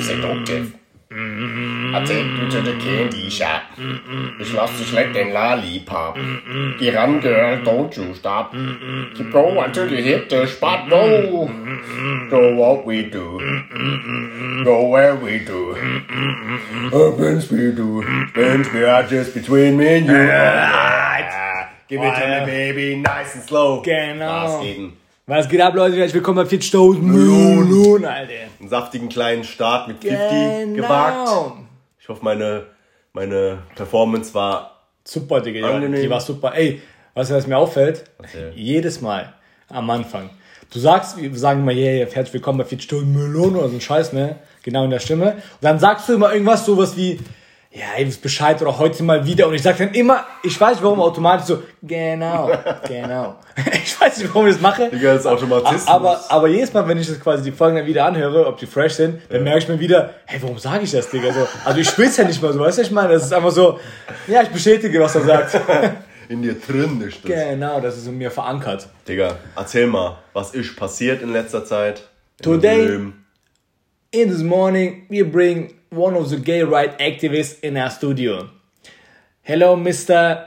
seductive. I take you to the candy shop. Ich lass dich leck den Lollipop. Geh ran, girl, don't you stop. Keep going until you hit the spot. Go. Go what we do. Go where we do. Things we do. Things we are just between me and you. Give it to me, baby, nice and slow. Genau. Was geht ab, Leute? Herzlich willkommen bei 40.000 Millionen, Alter. Einen saftigen kleinen Start mit 50 gewagt. Ich hoffe, meine Performance war super, Digga. Die war super. Ey, was mir auffällt, jedes Mal am Anfang, du sagst, wir sagen immer, yeah, herzlich willkommen bei 40.000 Millionen oder so ein Scheiß, ne? Genau in der Stimme. Und dann sagst du immer irgendwas, sowas wie, ja, ihr wisst Bescheid oder heute mal wieder. Und ich sag dann immer, ich weiß nicht warum, automatisch so, genau. Ich weiß nicht, warum ich das mache. Digga, das ist Automatismus. Aber jedes Mal, wenn ich das quasi die Folgen dann wieder anhöre, ob die fresh sind, dann merke ich mir wieder, hey, warum sage ich das, Digga? So, also ich will's ja nicht mal so, weißt du, ich meine, das ist einfach so, ja, ich bestätige, was er sagt. In dir drin ist das. Genau, das ist in mir verankert. Digga, erzähl mal, was ist passiert in letzter Zeit? Today, in this morning, we bring one of the gay right activists in our studio. Hello, Mr.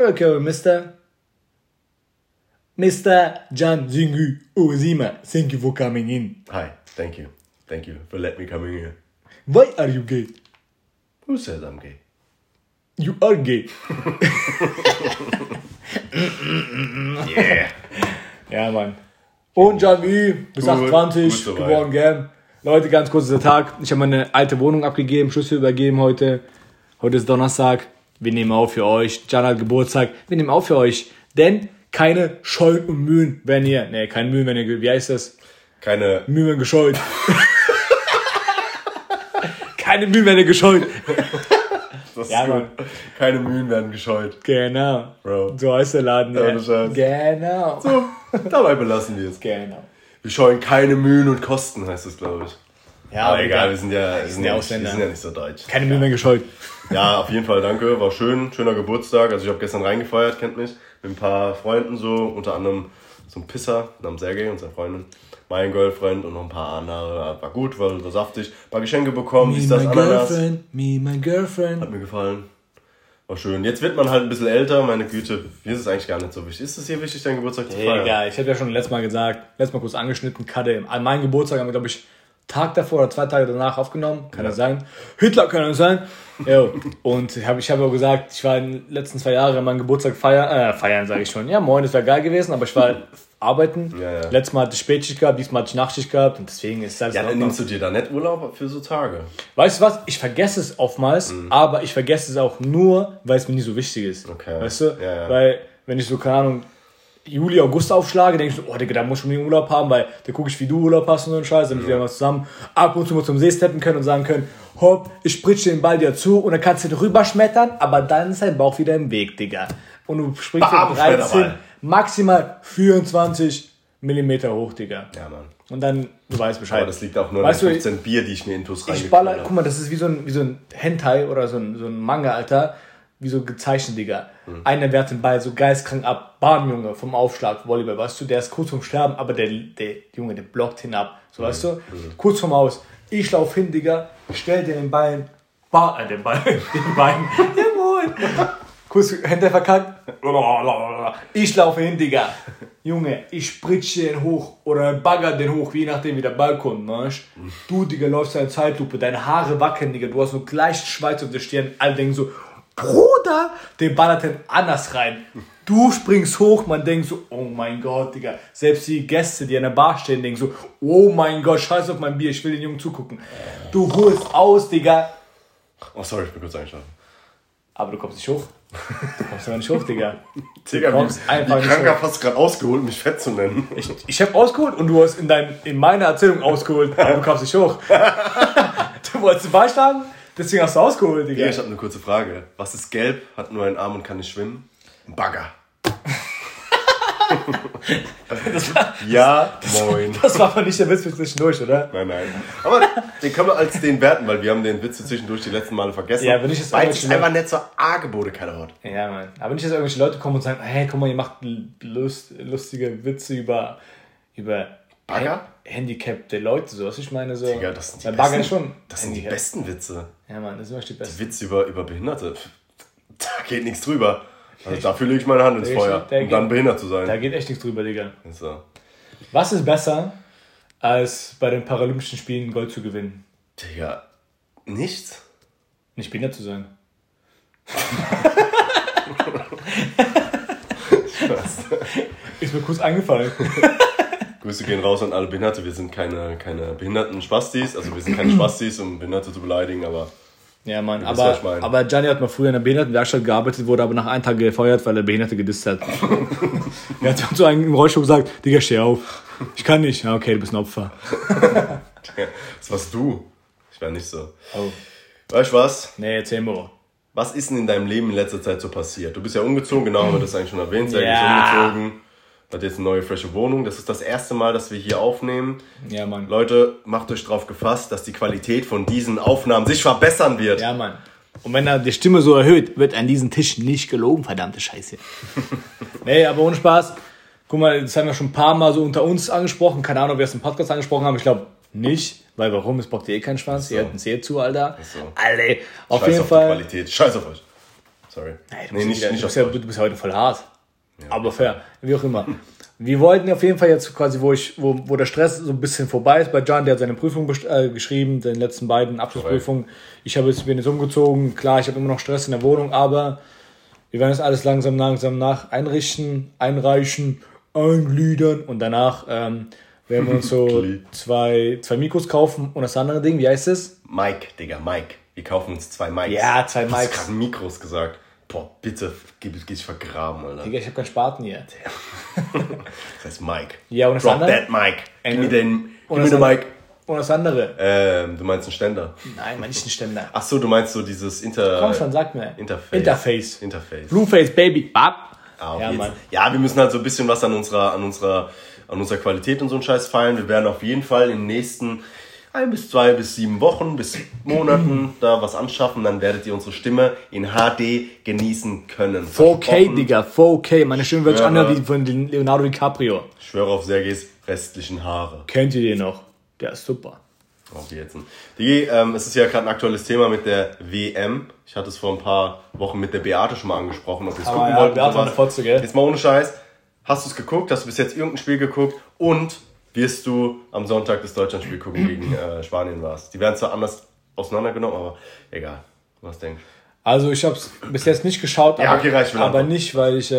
John Zingu Ozima. Thank you for coming in. Hi, thank you. Thank you for letting me come in here. Why are you gay? Who says I'm gay? You are gay. Yeah. Ja, Mann. Und John V. bis 28 geworden, gell? Leute, ganz kurz dieser Tag. Ich habe meine alte Wohnung abgegeben, Schlüssel übergeben heute. Heute ist Donnerstag. Wir nehmen auf für euch. Can hat Geburtstag. Wir nehmen auf für euch. Denn keine Scheuen und Mühen werden hier. Ne, keine Mühen werden hier. Wie heißt das? Keine Mühen werden gescheut. Keine Mühen werden gescheut. Das ist gut. Keine Mühen werden gescheut. Genau. Bro. So heißt der Laden. Ja, genau. So, dabei belassen wir es. Genau. Wir scheuen keine Mühen und Kosten, heißt es, glaube ich. Ja, aber egal, wir sind ja Ausländer. nicht so deutsch. Keine Mühe mehr gescheut. Ja, auf jeden Fall, danke. War schön. Schöner Geburtstag. Also ich habe gestern reingefeiert, kennt mich. Mit ein paar Freunden so. Unter anderem so ein Pisser namens Sergej und seine Freundin. Mein Girlfriend und noch ein paar andere. War gut, war saftig. Ein paar Geschenke bekommen. Me, my girlfriend. Hat mir gefallen. War schön. Jetzt wird man halt ein bisschen älter. Meine Güte, mir ist es eigentlich gar nicht so wichtig. Ist es hier wichtig, deinen Geburtstag zu feiern? Egal, ich habe ja schon letztes Mal kurz angeschnitten, Kade. An meinen Geburtstag haben wir, glaube ich, Tag davor oder 2 Tage danach aufgenommen. Kann das sein? Hitler kann das sein. Jo. Und ich habe auch gesagt, ich war in den letzten 2 Jahren meinen Geburtstag feiern, sage ich schon. Ja, moin, das wäre geil gewesen, aber ich war arbeiten. Ja. Letztes Mal hatte ich Spätschicht gehabt, diesmal hatte ich Nachtschicht gehabt und deswegen ist das... Ja, dann nimmst du dir da nicht Urlaub für so Tage. Weißt du was? Ich vergesse es oftmals, aber ich vergesse es auch nur, weil es mir nicht so wichtig ist. Okay. Weißt du? Ja. Weil, wenn ich so, keine Ahnung, Juli, August aufschlage, denke ich so, oh Digga, da muss ich schon Urlaub haben, weil da gucke ich, wie du Urlaub hast und so einen Scheiß, damit wir mal zusammen ab und zu mal zum See steppen können und sagen können, hopp, ich spritsche den Ball dir zu und dann kannst du den rüberschmettern, aber dann ist dein Bauch wieder im Weg, Digga. Und du springst den 13, maximal 24 Millimeter hoch, Digga. Ja, Mann. Und dann, du weißt Bescheid. Aber das liegt auch nur an 15 Bier, die ich mir intus reingekriegt habe. Guck mal, das ist wie so ein Hentai oder so ein Manga, Alter. Wie so gezeichnet, Digga. Einer wehrt den Ball so geistkrank ab. Bam, Junge, vom Aufschlag, Volleyball, weißt du, der ist kurz vorm Sterben, aber der Junge, der blockt ihn ab. So, weißt du? Kurz vorm Aus. Ich lauf hin, Digga, stell dir den Bein, den Bein, jawohl. Kurz Hände verkackt. Ich laufe hin, Digga. Junge, ich spritsche den hoch oder bagger den hoch, je nachdem wie der Ball kommt, ne? Du, Digga, läufst in Zeitlupe, deine Haare wackeln, Digga, du hast so gleich Schweiß auf der Stirn, alle denken so, Bruder, den ballert den anders rein. Du springst hoch, man denkt so, oh mein Gott, Digga. Selbst die Gäste, die an der Bar stehen, denken so, oh mein Gott, scheiß auf mein Bier, ich will den Jungen zugucken. Du holst aus, Digga. Oh, sorry, ich bin kurz eingeschlafen. Aber du kommst nicht hoch. Du kommst aber nicht hoch, Digga. Digga, wie kranker hast du gerade ausgeholt, mich fett zu nennen. Ich hab ausgeholt und du hast in meiner Erzählung ausgeholt, aber du kommst nicht hoch. Du wolltest beischlagen? Deswegen hast du ausgeholt, Digga. Ich habe eine kurze Frage. Was ist gelb, hat nur einen Arm und kann nicht schwimmen? Ein Bagger. Moin. Das war aber nicht der Witz für zwischendurch, oder? Nein. Aber den können wir als den werten, weil wir haben den Witz zwischendurch die letzten Male vergessen. Ja, wenn ich jetzt weil es einfach nicht so Angebote keine hat. Ja, Mann. Aber nicht, dass irgendwelche Leute kommen und sagen, hey, guck mal, ihr macht lustige Witze über Bagger? Handicapte Leute, so was ich meine. So. Digga, das sind die Bagger besten, ist schon das sind die besten Witze. Ja, Mann, das sind die besten. Die Witze über Behinderte, da geht nichts drüber. Also dafür lege ich meine Hand ins Feuer, um dann behindert zu sein. Da geht echt nichts drüber, Digga. So. Was ist besser, als bei den Paralympischen Spielen Gold zu gewinnen? Digga, nichts? Nicht behindert zu sein. Ist mir kurz eingefallen. Grüße gehen raus an alle Behinderte. Wir sind keine behinderten Spastis. Also wir sind keine Spastis, um Behinderte zu beleidigen, aber... Ja, Mann. Aber Gianni hat mal früher in der Behindertenwerkstatt gearbeitet, wurde aber nach einem Tag gefeuert, weil er Behinderte gedisst hat. Er hat zu einem im Rollstuhl gesagt, Digga, steh auf. Ich kann nicht. Ja, okay, du bist ein Opfer. Das warst du. Ich war nicht so. Oh. Weißt du was? Nee, erzähl mal. Was ist denn in deinem Leben in letzter Zeit so passiert? Du bist ja umgezogen, genau, haben wir das eigentlich schon erwähnt. Sehr umgezogen. Hat jetzt eine neue, frische Wohnung. Das ist das erste Mal, dass wir hier aufnehmen. Ja, Mann. Leute, macht euch drauf gefasst, dass die Qualität von diesen Aufnahmen sich verbessern wird. Ja, Mann. Und wenn er die Stimme so erhöht, wird an diesen Tisch nicht gelogen, verdammte Scheiße. Nee, aber ohne Spaß. Guck mal, das haben wir schon ein paar Mal so unter uns angesprochen. Keine Ahnung, ob wir es im Podcast angesprochen haben. Ich glaube nicht. Weil warum? Es braucht ihr eh keinen Schwanz. So. Ihr hört uns eh zu, Alter. So. Alter, auf Scheiß jeden auf Fall. Die Qualität. Scheiß auf euch. Sorry. Nee, du bist ja heute voll hart. Ja, aber fair. Wie auch immer. Wir wollten auf jeden Fall jetzt quasi, wo der Stress so ein bisschen vorbei ist. Bei John, der hat seine Prüfung geschrieben, den letzten beiden Abschlussprüfungen. Ich bin jetzt umgezogen. Klar, ich habe immer noch Stress in der Wohnung, aber wir werden das alles langsam einreichen, eingliedern und danach werden wir uns so zwei Mikros kaufen und das andere Ding, wie heißt es? Mike, Digga, Mike. Wir kaufen uns 2 Mikes. Ja, 2 Mikes. Du hast gerade Mikros gesagt. Boah, bitte, geh dich vergraben, Alter. Digga, ich hab keinen Spaten hier. Das heißt Mike. Ja, und das Drop andere? that Mike. Gib mir den Mike. Und das andere? Du meinst einen Ständer? Nein, nicht einen Ständer. Ach so, du meinst so dieses Komm schon, sag mir. Interface. Blueface, Baby. Bap. Ja, Mann. Ja, wir müssen halt so ein bisschen was an unserer Qualität und so einen Scheiß feilen. Wir werden auf jeden Fall in den nächsten 1 bis 2 bis 7 Wochen, bis Monaten da was anschaffen. Dann werdet ihr unsere Stimme in HD genießen können. 4K, Digga, 4K. Meine Stimme wird anhören wie von Leonardo DiCaprio. Ich schwöre auf Sergeys restlichen Haare. Kennt ihr den noch? Der ist super. Auf jetzt. Digi, es ist ja gerade ein aktuelles Thema mit der WM. Ich hatte es vor ein paar Wochen mit der Beate schon mal angesprochen, ob wir es gucken wollten. Beate war eine Fotze, gell? Jetzt mal ohne Scheiß. Hast du es geguckt? Hast du bis jetzt irgendein Spiel geguckt? Und wirst du am Sonntag das Deutschlandspiel gucken gegen Spanien warst? Die werden zwar anders auseinandergenommen, aber egal. Was denkst du? Also ich habe es bis jetzt nicht geschaut, ja, okay, aber nicht, weil ich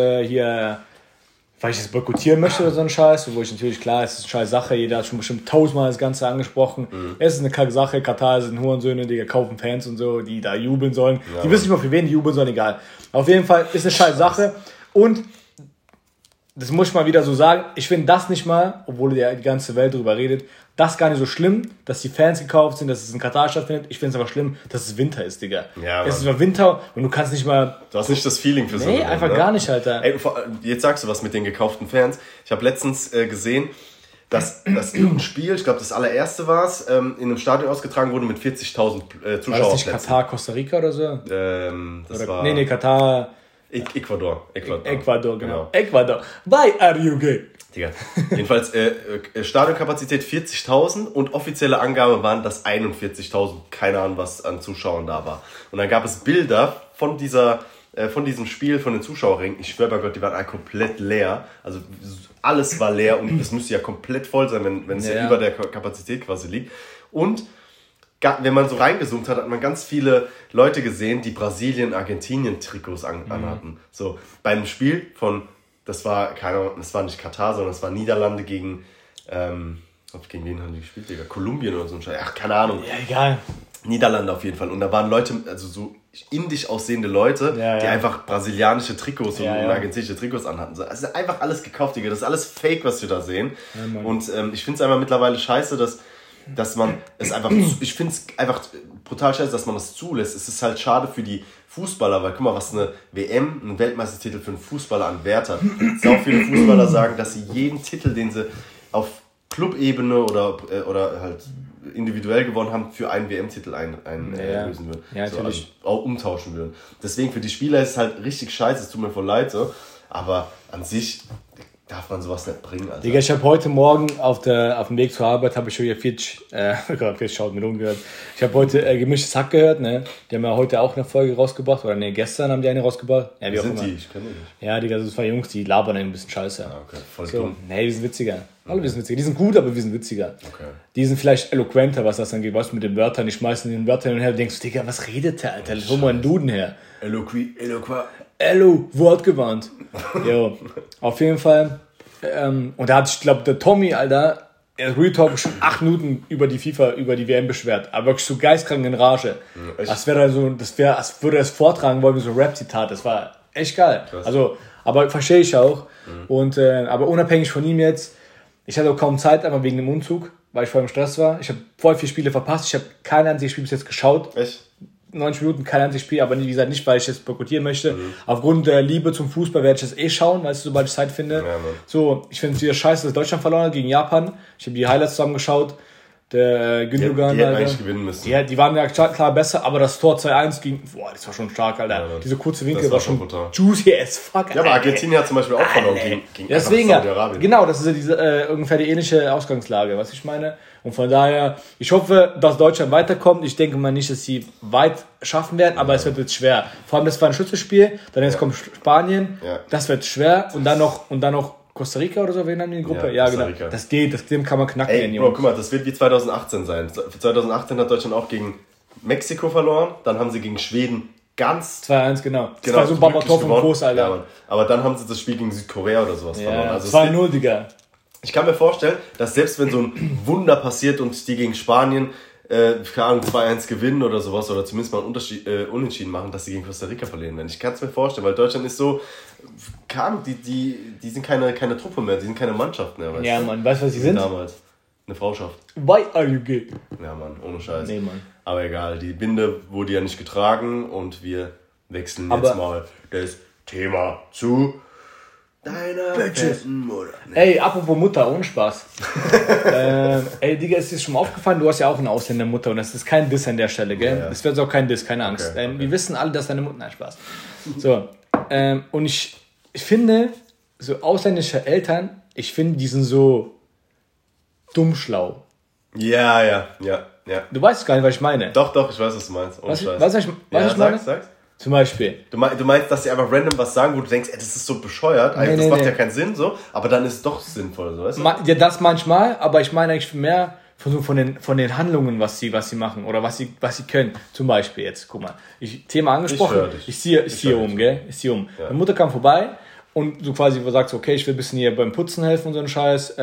weil ich es boykottieren möchte oder so ein Scheiß, wo ich natürlich, klar, es ist eine scheiß Sache, jeder hat schon bestimmt 1000-mal das Ganze angesprochen. Es ist eine kacke Sache, Katar sind Hurensöhne, die kaufen Fans und so, die da jubeln sollen. Ja, die wissen nicht mal, für wen die jubeln sollen, egal. Auf jeden Fall ist eine scheiß Sache und das muss ich mal wieder so sagen, ich finde das nicht mal, obwohl die ganze Welt darüber redet, das gar nicht so schlimm, dass die Fans gekauft sind, dass es in Katar stattfindet. Ich finde es aber schlimm, dass es Winter ist, Digga. Ja, es ist immer Winter und du kannst nicht mal... Du hast nicht das Feeling für so Nee, einfach ne? Gar nicht, Alter. Ey, jetzt sagst du was mit den gekauften Fans. Ich habe letztens gesehen, dass irgendein Spiel, ich glaube das allererste war es, in einem Stadion ausgetragen wurde mit 40.000 Zuschauern. War das nicht Katar, Costa Rica oder so? Das war... Nee, Katar... Ecuador, genau. Ecuador. Why are you gay? Digga. Jedenfalls Stadionkapazität 40.000 und offizielle Angabe waren, dass 41.000, keine Ahnung, was an Zuschauern da war. Und dann gab es Bilder von diesem Spiel, von den Zuschauerringen. Ich schwöre bei Gott, die waren alle komplett leer. Also alles war leer und es müsste ja komplett voll sein, wenn es ja über der Kapazität quasi liegt. Und wenn man so reingezoomt hat, hat man ganz viele Leute gesehen, die Brasilien-Argentinien-Trikots anhatten. So, bei einem Spiel das war nicht Katar, sondern das war Niederlande gegen wen haben die gespielt, Digga? Kolumbien oder so ein Scheiß. Ach, keine Ahnung. Ja, egal. Niederlande auf jeden Fall. Und da waren Leute, also so indisch aussehende Leute, die einfach brasilianische Trikots und argentinische Trikots anhatten. Also einfach alles gekauft, Digga. Das ist alles Fake, was wir da sehen. Ja, und ich finde es einfach mittlerweile scheiße, dass man es einfach, ich finde es einfach brutal scheiße, dass man das zulässt. Es ist halt schade für die Fußballer, weil guck mal, was eine WM, ein Weltmeistertitel für einen Fußballer an Wert hat. Sehr viele Fußballer sagen, dass sie jeden Titel, den sie auf Clubebene oder halt individuell gewonnen haben, für einen WM-Titel lösen würden. Ja, so, also auch umtauschen würden. Deswegen für die Spieler ist es halt richtig scheiße, es tut mir voll leid so, aber an sich, darf man sowas nicht bringen, Alter. Digga, ich habe heute Morgen auf dem Weg zur Arbeit, habe ich schon wieder 40 Minuten gehört. Ich habe heute gemischtes Hack gehört, ne? Die haben ja heute auch eine Folge rausgebracht, oder ne, gestern haben die eine rausgebracht. Ja, wie auch immer. Ich kenne die nicht. Ja, Digga, das sind zwei Jungs, die labern ein bisschen Scheiße. Ah, okay, voll dumm. Nee, wir sind witziger. Alle wir sind witziger. Die sind gut, aber wir sind witziger. Okay. Die sind vielleicht eloquenter, was das angeht. Was mit den Wörtern, die schmeißen den Wörter hin und her und denkst, Digga, was redet der, Alter? Hol mal einen Duden her. Wortgewandt. Jo, auf jeden Fall. Und da hat sich, glaube der Tommy, Alter, Real Talk schon 8 Minuten über die FIFA, über die WM beschwert. Aber wirklich so geistkrank in Rage. Das wäre so, als würde er es vortragen wollen wie so Rap-Zitat. Das war echt geil. Krass. Also, aber verstehe ich auch. Und, aber unabhängig von ihm jetzt, ich hatte auch kaum Zeit, einfach wegen dem Umzug, weil ich voll im Stress war. Ich habe voll viele Spiele verpasst. Ich habe kein einziges Spiel bis jetzt geschaut. Echt? 90 Minuten, kein einziges Spiel, aber wie gesagt nicht, weil ich jetzt boykottieren möchte. Aufgrund der Liebe zum Fußball werde ich das schauen, weißt du, sobald ich Zeit finde. Ja, so, ich finde es wieder scheiße, dass Deutschland verloren hat gegen Japan. Ich habe die Highlights zusammengeschaut. Der Gündogan, die hätten eigentlich gewinnen müssen. Die waren ja klar besser, aber das Tor 2-1 ging, boah, das war schon stark, Alter. Ja, diese kurze Winkel war schon juicy as fuck. Alter. Ja, aber Argentinien hat zum Beispiel auch verloren gegen deswegen, Saudi-Arabien. Genau, das ist ja diese, ungefähr die ähnliche Ausgangslage, was ich meine. Und von daher, ich hoffe, dass Deutschland weiterkommt. Ich denke mal nicht, dass sie weit schaffen werden, aber es wird jetzt schwer. Vor allem, das war ein Schlüsselspiel, dann jetzt kommt Spanien, das wird schwer und dann noch Costa Rica oder so, wen haben die in die Gruppe? Ja, genau. Das geht, dem kann man knacken. Ey, Bro, guck mal, das wird wie 2018 sein. 2018 hat Deutschland auch gegen Mexiko verloren, dann haben sie gegen Schweden 2-1, genau. Das war so ein Babator vom Groß, Alter. Ja, aber dann haben sie das Spiel gegen Südkorea oder sowas verloren. Also 2-0, Digga. Ich kann mir vorstellen, dass selbst wenn so ein Wunder passiert und die gegen Spanien, keine Ahnung, 2-1 gewinnen oder sowas, oder zumindest mal einen Unentschieden machen, dass sie gegen Costa Rica verlieren werden. Ich kann es mir vorstellen, weil Deutschland ist so, die sind keine Truppe mehr, die sind keine Mannschaft mehr. Ja, Mann, weißt du, was sie sind? Damals. Eine Frauschaft. Why are you gay? Ja, Mann, ohne Scheiß. Nee, Mann. Aber egal, die Binde wurde ja nicht getragen und wir wechseln jetzt mal das Thema zu deiner fetten Mutter. Nee. Ey, apropos Mutter, ohne Spaß. Ey, Digga, ist dir schon mal aufgefallen, du hast ja auch eine Ausländermutter und das ist kein Diss an der Stelle, gell? Ja. Das wird auch kein Diss, keine Angst. Okay. Wir wissen alle, dass deine Mutter... Nein, Spaß. So, und ich finde, so ausländische Eltern, ich finde, die sind so dummschlau. Ja. Du weißt gar nicht, was ich meine. Doch, ich weiß, was du meinst. Was ich meine? Sag's. Zum Beispiel. Du meinst, dass sie einfach random was sagen, wo du denkst, das ist so bescheuert, das macht ja keinen Sinn, so, aber dann ist es doch sinnvoll, so, weißt du? Ja, das manchmal, aber ich meine eigentlich mehr von den Handlungen, was sie machen oder was sie können. Zum Beispiel jetzt, guck mal, Thema angesprochen, ich ziehe um. Ja. Meine Mutter kam vorbei und so quasi sagt so, okay, ich will ein bisschen hier beim Putzen helfen und so einen Scheiß,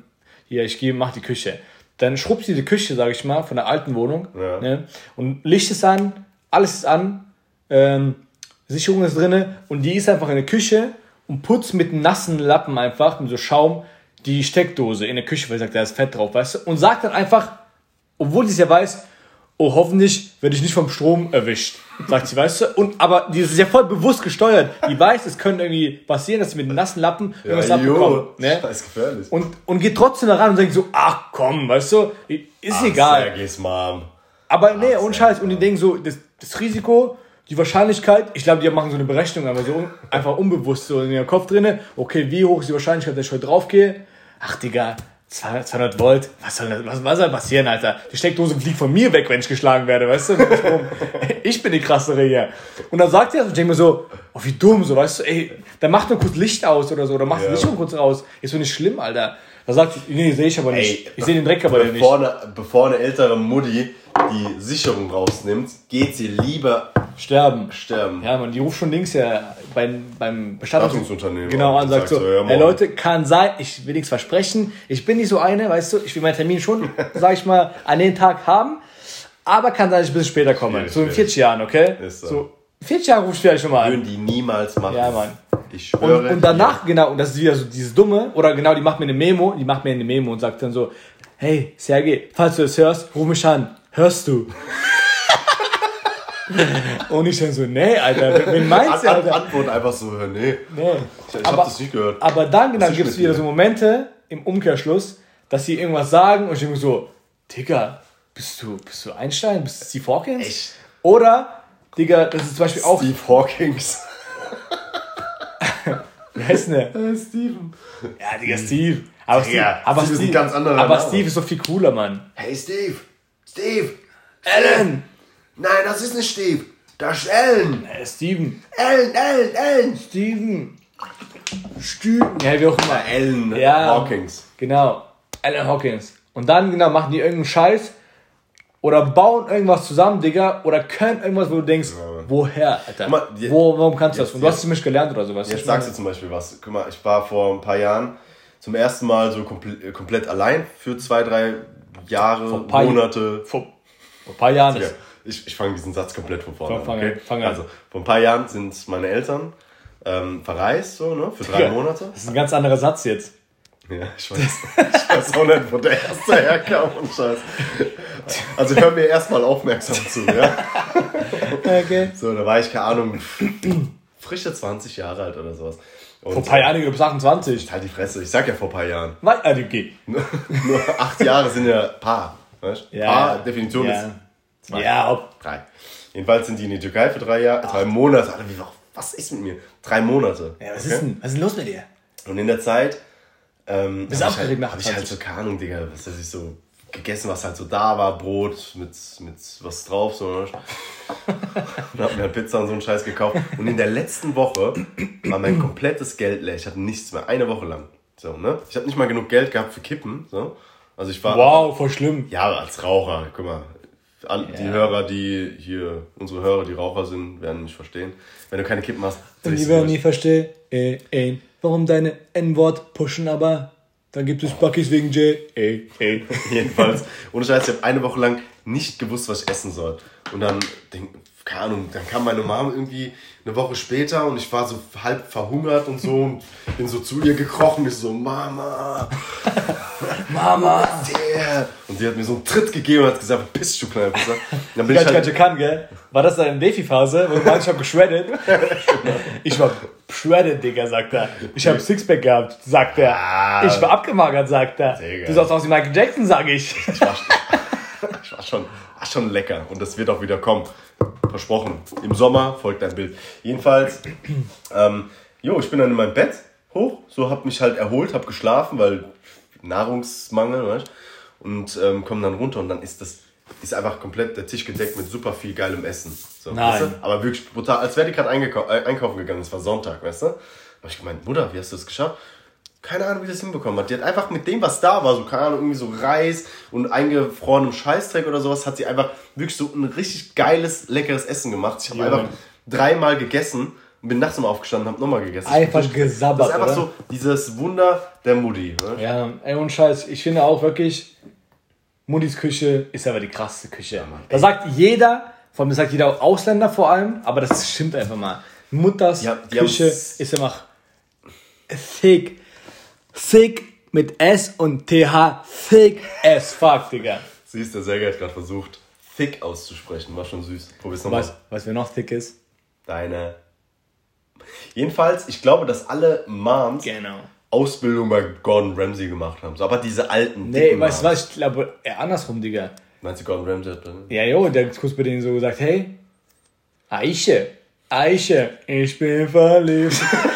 hier, mach die Küche. Dann schrubbt sie die Küche, sag ich mal, von der alten Wohnung, ne, und Licht ist an, alles ist an, Sicherung ist drinne und die ist einfach in der Küche und putzt mit einem nassen Lappen einfach, mit so Schaum, die Steckdose in der Küche, weil sie sagt, da ist Fett drauf, weißt du, und sagt dann einfach, obwohl sie es ja weiß, oh, hoffentlich werde ich nicht vom Strom erwischt, sagt sie, weißt du, aber die ist ja voll bewusst gesteuert, die weiß, es könnte irgendwie passieren, dass sie mit einem nassen Lappen irgendwas abbekommt, ne? Das ist gefährlich. Und geht trotzdem da ran und sagt so, ach komm, weißt du, ist egal. Sergis Mom. Aber nee, ohne Scheiß, und die denken so, das Risiko, die Wahrscheinlichkeit, ich glaube, die machen so eine Berechnung, aber so einfach unbewusst so in ihrem Kopf drinne. Okay, wie hoch ist die Wahrscheinlichkeit, dass ich heute draufgehe? Ach, Digga, 200 Volt, was soll passieren, Alter? Die Steckdose fliegt von mir weg, wenn ich geschlagen werde, weißt du? Ich bin die krassere hier. Und dann sagt er, ich denke mir so, oh, wie dumm, so, weißt du, ey, dann mach doch kurz Licht aus oder so, oder mach das Licht schon kurz raus. Ist doch nicht schlimm, Alter. Da sagt sie, nee, sehe ich aber nicht. Ey, ich sehe den Dreck aber nicht. Bevor eine ältere Mutti die Sicherung rausnimmt, geht sie lieber sterben. Ja, man, die ruft schon links ja beim Bestattungsunternehmen genau an, sagt so, ja, hey Leute, kann sein, ich will nichts versprechen, ich bin nicht so eine, weißt du, ich will meinen Termin schon, sag ich mal, an den Tag haben, aber kann sein, dass ich ein bisschen später komme. So in 40 Jahren, okay? Ist so. 40 Jahre rufst du vielleicht schon mal an. Würden die niemals machen. Ja, Mann. Ich schwöre. Und danach, genau, und das ist wieder so dieses Dumme, oder genau, die macht mir eine Memo und sagt dann so, hey, Sergej, falls du das hörst, ruf mich an. Hörst du? Und ich dann so, nee, Alter, wen meinst du, Alter? Antwort einfach so, nee. Ich hab das nicht gehört. Aber dann genau gibt es wieder so Momente im Umkehrschluss, dass sie irgendwas sagen und ich denke so, Digga, bist du Einstein? Bist du Steve Hawkins? Echt? Oder, Digga, das ist zum Beispiel auch... Steve Hawkins. Wie heißt denn der? Steven. Ja, Digga, Steve. Aber Steve ist ein ganz anderer Aber Name. Steve ist so viel cooler, Mann. Hey, Steve. Steve. Ellen! Nein, das ist nicht Steve. Das ist Ellen. Steven. Ellen. Steven. Ja, wie auch immer. Ellen Ja. Hawkins. Genau. Alan Hawkins. Und dann, genau, machen die irgendeinen Scheiß oder bauen irgendwas zusammen, Digga, oder können irgendwas, wo du denkst, woher, Alter? Guck mal, warum kannst du das? Und du hast es nicht gelernt oder sowas. Jetzt sagst du zum Beispiel was. Guck mal, ich war vor ein paar Jahren zum ersten Mal so komplett allein für 2-3 Jahre, Monate. Vor ein paar Jahren. Ja, ich fange diesen Satz komplett von vorne an. Fang an. Also, vor ein paar Jahren sind meine Eltern verreist, so, ne, für 3 Monate. Das ist ein ganz anderer Satz jetzt. Ja, ich weiß auch nicht, wo der erste herkam und Scheiß. Also hör mir erstmal aufmerksam zu, ja. Okay. So, da war ich, keine Ahnung, frische 20 Jahre alt oder sowas. Und Vor ein paar Jahren, du bist 28. halt die Fresse, ich sag ja vor ein paar Jahren. Okay. Nur 8 Jahre sind ja Paar, weißt du? Ja. Paar, Definition Ja. ist 2. Ja, 3. Jedenfalls sind die in die Türkei für 3 Monate. Alter, was ist mit mir? 3 Monate. Ja, was ist denn los mit dir? Und in der Zeit Bist aufgeregt nach hab ich halt so, keine Ahnung, Digga, was weiß ich, so gegessen, was halt so da war, Brot mit was drauf, so, ne? Und hab mir halt Pizza und so einen Scheiß gekauft. Und in der letzten Woche war mein komplettes Geld leer. Ich hatte nichts mehr, eine Woche lang. So, ne? Ich habe nicht mal genug Geld gehabt für Kippen, so. Also ich war... Wow, voll schlimm. Ja, als Raucher, guck mal. Die Hörer, unsere Hörer, die Raucher sind, werden mich verstehen. Wenn du keine Kippen hast, Und die werden nie verstehen, warum deine N-Wort pushen, aber dann gibt es Buckys wegen J. Jedenfalls, ohne Scheiß, ich habe eine Woche lang nicht gewusst, was ich essen soll. Und dann, keine Ahnung, dann kam meine Mom irgendwie eine Woche später und ich war so halb verhungert und so und bin so zu ihr gekrochen. Ich so, Mama. Yeah. Und sie hat mir so einen Tritt gegeben und hat gesagt, verpiss dich, du kleiner Pisser. Dann bin Ich kann, gell? War das deine Defi-Phase, wo du meinst, ich hab geschreddet? Ich war shredded, Digga, sagt er. Ich hab Sixpack gehabt, sagt er. Ich war abgemagert, sagt er. Digga. Du sahst aus wie Michael Jackson, sag ich. Ich war schon lecker und das wird auch wieder kommen. Versprochen. Im Sommer folgt ein Bild. Jedenfalls, ich bin dann in mein Bett hoch, so hab mich halt erholt, hab geschlafen, weil Nahrungsmangel, weißt du? Und komm dann runter und dann ist einfach komplett der Tisch gedeckt mit super viel geilem Essen. So, Nein. Weißt du? Aber wirklich brutal, als wäre die gerade einkaufen gegangen, es war Sonntag, weißt du? Da hab ich gemeint, Mutter, wie hast du das geschafft? Keine Ahnung, wie das hinbekommen hat. Die hat einfach mit dem, was da war, so, keine Ahnung, irgendwie so Reis und eingefrorenem Scheißdreck oder sowas, hat sie einfach wirklich so ein richtig geiles, leckeres Essen gemacht. Ich habe einfach 3-mal gegessen und bin nachts nochmal aufgestanden und hab nochmal gegessen. Einfach gesabbert, Das ist einfach oder? so dieses Wunder der Mutti. Ne? Ja, ohne Scheiß, ich finde auch wirklich, Muttis Küche ist aber die krasseste Küche. Ja, Mann, da sagt jeder, vor allem sagt jeder Ausländer vor allem, aber das stimmt einfach mal. Mutters Die Küche ist einfach thick. Thick mit S und TH. Thick as fuck, Digga. Siehst du, der Sergei hat gerade versucht, thick auszusprechen. War schon süß. Probier's nochmal. Was wer noch thick ist? Deine. Jedenfalls, ich glaube, dass alle Moms Genau. Ausbildung bei Gordon Ramsay gemacht haben. So, aber diese alten, Nee, dicken weißt du Moms. was? Ich glaube eher andersrum, Digga. Meinst du, Gordon Ramsay hat Ja, der hat kurz bei denen so gesagt, hey, Aisha, ich bin verliebt.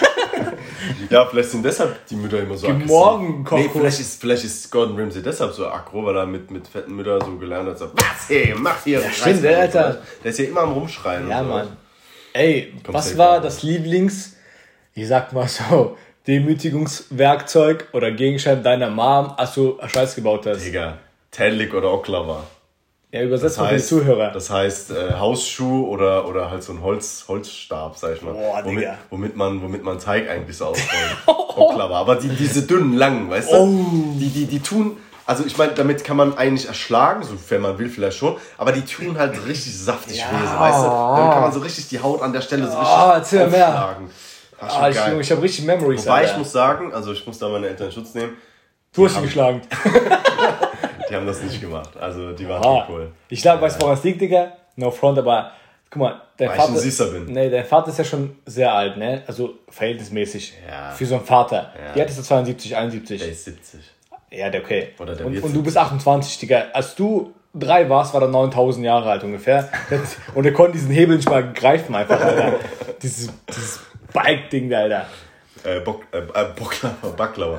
Ja, vielleicht sind deshalb die Mütter immer so Guten aggressiv. Morgen, Koch. Nee, vielleicht ist Gordon Ramsay deshalb so aggro, weil er mit fetten Müttern so gelernt hat, so, was, hey, mach hier. stimmt, Scheiß Alter. drauf. Der ist ja immer am Rumschreien. Ja, und so. Mann. Ey, was safe war an. das ich sag mal so, Demütigungswerkzeug oder Gegenstand deiner Mom, als du Scheiß gebaut hast? Digga, Tedlik oder Oklava. Ja, übersetzt mal für die Zuhörer. Das heißt Hausschuh oder halt so ein Holzstab, sag ich mal. Boah, Digga. Womit man Teig eigentlich so ausrollt. Oklava. Aber diese dünnen, langen, weißt du? Oh. Die tun, also ich meine, damit kann man eigentlich erschlagen, sofern man will vielleicht schon, aber die tun halt richtig saftig Ja. Wesen, weißt du? Damit kann man so richtig die Haut an der Stelle so richtig erzähl mir mehr. aufschlagen. Das ist schon geil. Ich hab richtig Memories. Wobei ich Alter. muss sagen, also ich muss da meine Eltern in Schutz nehmen, Du hast sie geschlagen. die haben das nicht gemacht. Also die waren Ah. schon cool. Ich glaube, weißt du, woran es liegt, Digga? No front, aber guck mal, dein Weil ich Vater. ein Süßer bin. Nee, dein Vater ist ja schon sehr alt, ne? Also verhältnismäßig. Ja. Für so einen Vater. Ja. Die hat jetzt 72, 71. Der ist 70. Ja, der okay. Oder der und wird du bist 28, Digga. Als du 3 warst, war er 9000 Jahre alt ungefähr. Und er konnte diesen Hebel nicht mal greifen einfach, Alter. Dieses Bike-Ding, Alter. Baklava.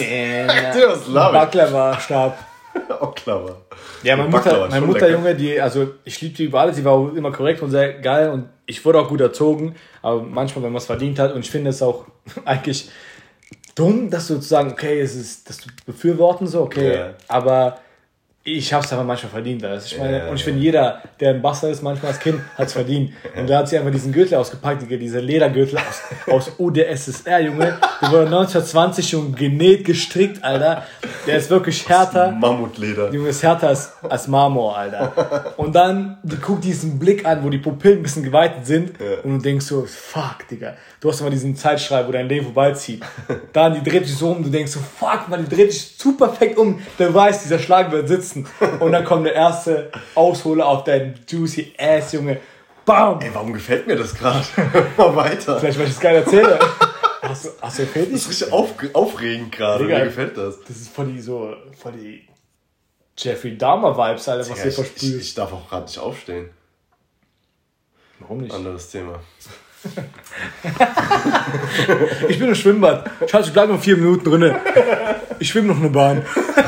Baklava-Stab. Oklava. Ja, meine Mutter, Junge, ich liebe die über alles, die war auch immer korrekt und sehr geil und ich wurde auch gut erzogen, aber manchmal, wenn man es verdient hat und ich finde es auch eigentlich dumm, dass du sozusagen, okay, dass du befürworten so, okay, Ja. Aber ich hab's aber manchmal verdient. Also ich meine, und ich finde, jeder, der ein Bastard ist, manchmal als Kind, hat's verdient. Und da hat sie einfach diesen Gürtel ausgepackt, dieser Ledergürtel aus UdSSR, Junge. Der wurde 1920 schon genäht, gestrickt, Alter. Der ist wirklich härter. Mammutleder. Junge, ist härter als Marmor, Alter. Und dann, die guckt diesen Blick an, wo die Pupillen ein bisschen geweitet sind. Ja. Und du denkst so, fuck, Digga. Du hast immer diesen Zeitschreib, wo dein Leben vorbeizieht. Dann, die dreht sich so um, du denkst so, fuck, man, die dreht sich zu perfekt um. Der weiß, dieser Schlag wird sitzen. Und dann kommt der erste Ausholer auf deinen juicy Ass, Junge. Bam! Ey, warum gefällt mir das gerade? Mal weiter. Vielleicht, weil ich das geil erzähle. Hast du fertig? Das ist richtig aufregend gerade. Mir gefällt das. Das ist voll die Jeffrey Dahmer-Vibes, Alter, was du versprühst. Ich darf auch gerade nicht aufstehen. Warum nicht? Anderes Thema. Ich bin im Schwimmbad. Schatz, ich bleib noch 4 Minuten drin. Ich schwimme noch eine Bahn.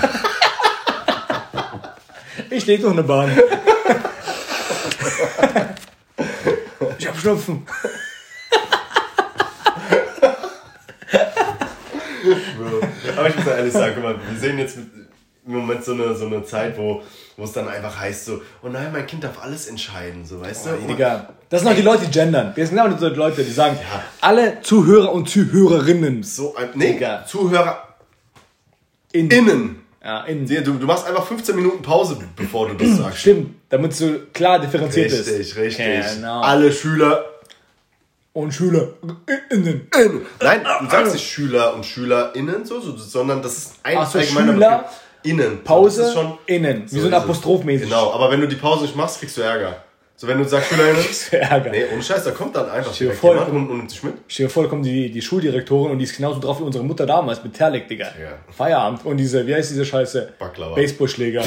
Ich leg noch eine Bahn. Ich hab Schnupfen. Aber ich muss ehrlich sagen, guck mal, wir sehen jetzt im Moment so eine Zeit, wo es dann einfach heißt so, oh nein, mein Kind darf alles entscheiden, so, weißt du? Digga, das sind auch die Leute, die gendern. Wir sind genau die Leute, die sagen, ja, alle Zuhörer und Zuhörerinnen. Zuhörer innen. Ja, innen. Du machst einfach 15 Minuten Pause, bevor du das sagst. Stimmt, damit es so klar differenziert ist. Richtig. Genau. Alle Schüler und SchülerInnen. Nein, du sagst nicht Schüler und SchülerInnen, sondern das ist ein allgemeiner Schüler, Innen. Pause, das ist schon, innen. Wie so ein Apostroph-mäßig. Genau, aber wenn du die Pause nicht machst, kriegst du Ärger. So, wenn du sagst SchülerInnen. Kriegst du Ärger. Nee, ohne Scheiß, da kommt dann einfach jemand und nimmt dich mit. Stell dir vor, da kommt die Schuldirektorin und die ist genauso drauf wie unsere Mutter damals mit Terlik, Digga. Ja. Feierabend. Und wie heißt diese Scheiße? Baklava. Baseballschläger.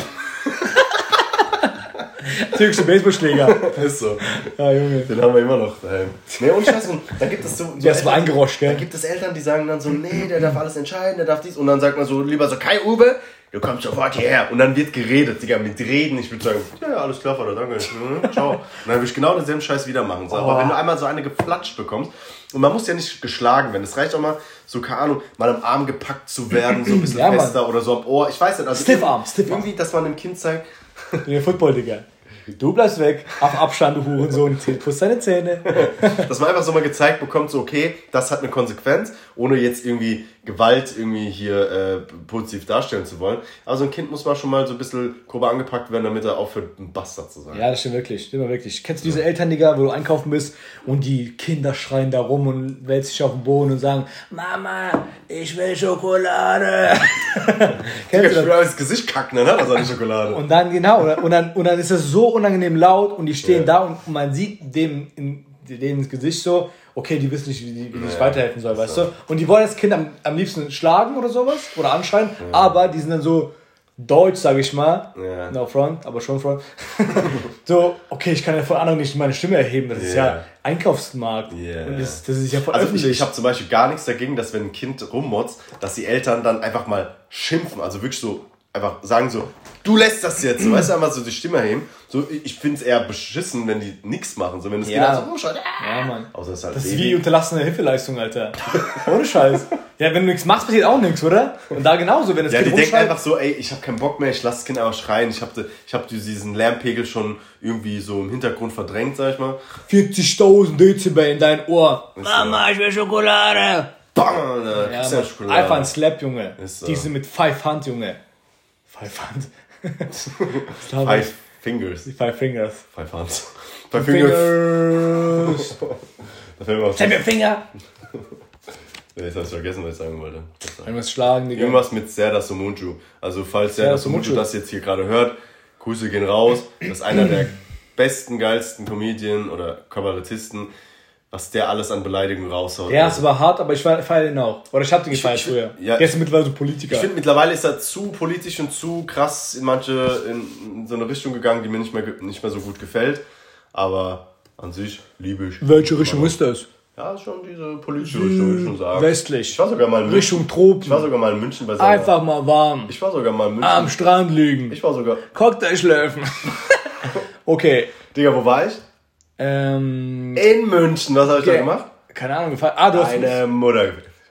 Türkische Baseballschläger. Ist so. Ja, Junge. Den haben wir immer noch daheim. Nee, und Scheiß, und dann gibt es so der ist mal eingeroscht, gell? Dann gibt es Eltern, die sagen dann so, nee, der darf alles entscheiden, der darf dies. Und dann sagt man so, lieber so, Kai Uwe, du kommst sofort hierher. Und dann wird geredet, Digga, mit Reden. Ich würde sagen, ja, alles klar, Vater, danke. Ciao. Und dann würde ich genau denselben Scheiß wieder machen. So. Aber wenn du einmal so eine geflatscht bekommst, und man muss ja nicht geschlagen werden, es reicht auch mal, so, keine Ahnung, mal am Arm gepackt zu werden, so ein bisschen fester oder so am Ohr. Ich weiß nicht, also Stiffarm. Irgendwie, dass man dem Kind zeigt, der Football, Digga. Du bleibst weg, auf Abstand, du Hurensohn, putz deine Zähne. Dass man einfach so mal gezeigt bekommt, so okay, das hat eine Konsequenz, ohne jetzt irgendwie Gewalt irgendwie hier positiv darstellen zu wollen. Aber so ein Kind muss mal schon mal so ein bisschen grober angepackt werden, damit er aufhört, ein Bastard zu sein. Ja, das stimmt wirklich. Kennst du diese Eltern, Digga, wo du einkaufen bist und die Kinder schreien da rum und wälzen sich auf den Boden und sagen, Mama, ich will Schokolade. Kennst du das? Ich will alles Gesicht kacken, dann hat er seine Schokolade. Und dann, genau, und dann ist das so unangenehm laut und die stehen da und man sieht dem ins Gesicht so, okay, die wissen nicht, wie ich weiterhelfen soll, weißt du? Und die wollen das Kind am liebsten schlagen oder sowas oder anschreien, aber die sind dann so deutsch, sag ich mal, no front, aber schon front. So, okay, ich kann ja von anderen nicht meine Stimme erheben, das ist ja Einkaufsmarkt. Und das ist ja voll öffentlich. Ich habe zum Beispiel gar nichts dagegen, dass wenn ein Kind rummotzt, dass die Eltern dann einfach mal schimpfen, also wirklich so einfach sagen so, du lässt das jetzt, weißt du, einfach so die Stimme erheben. So, ich finde es eher beschissen, wenn die nichts machen, so wenn das Kind halt so rumschaut. Ja, Mann. Außer es halt das ist wie unterlassene Hilfeleistung, Alter. Ohne Scheiß. Ja, wenn du nichts machst, passiert auch nichts, oder? Und da genauso, wenn das Kind die denken einfach so, ey, ich habe keinen Bock mehr, ich lasse das Kind einfach schreien. Ich hab diesen Lärmpegel schon irgendwie so im Hintergrund verdrängt, sag ich mal. 40.000 Dezibel in dein Ohr. Mama, ich will Schokolade. Bam, ja, Schokolade. Einfach ein Slap, Junge. So. Die sind mit 5 Hand, Junge. 5 Hand. 5 Fingers. 5 Fingers. 5 Hands. 5 Fingers. Zeig mir Finger. Jetzt hab ich vergessen, was ich sagen wollte. Irgendwas schlagen, Digga. Irgendwas mit Serdar Somuncu. Also falls Serdar Somuncu das jetzt hier gerade hört, Grüße gehen raus. Das ist einer der besten, geilsten Comedian oder Kabarettisten, was der alles an Beleidigungen raushaut. Der ist aber hart, aber ich feiere ihn auch. Oder ich hab den gefeiert früher. Ja, der ist mittlerweile so Politiker. Ich finde, mittlerweile ist er zu politisch und zu krass in so eine Richtung gegangen, die mir nicht mehr so gut gefällt. Aber an sich liebe ich. Welche Richtung ist das? Ja, schon diese politische Richtung, würde ich schon sagen. Westlich. Ich war sogar mal in München. Richtung Tropen. Ich war sogar mal in München bei seiner... Einfach mal warm. Ich war sogar mal in München. Am Strand liegen. Ich war sogar... Cocktail schlürfen. Okay. Digga, wo war ich? In München. Was habe ich da gemacht? Keine Ahnung, gefallen. Ah, du hast... Eine Mutter.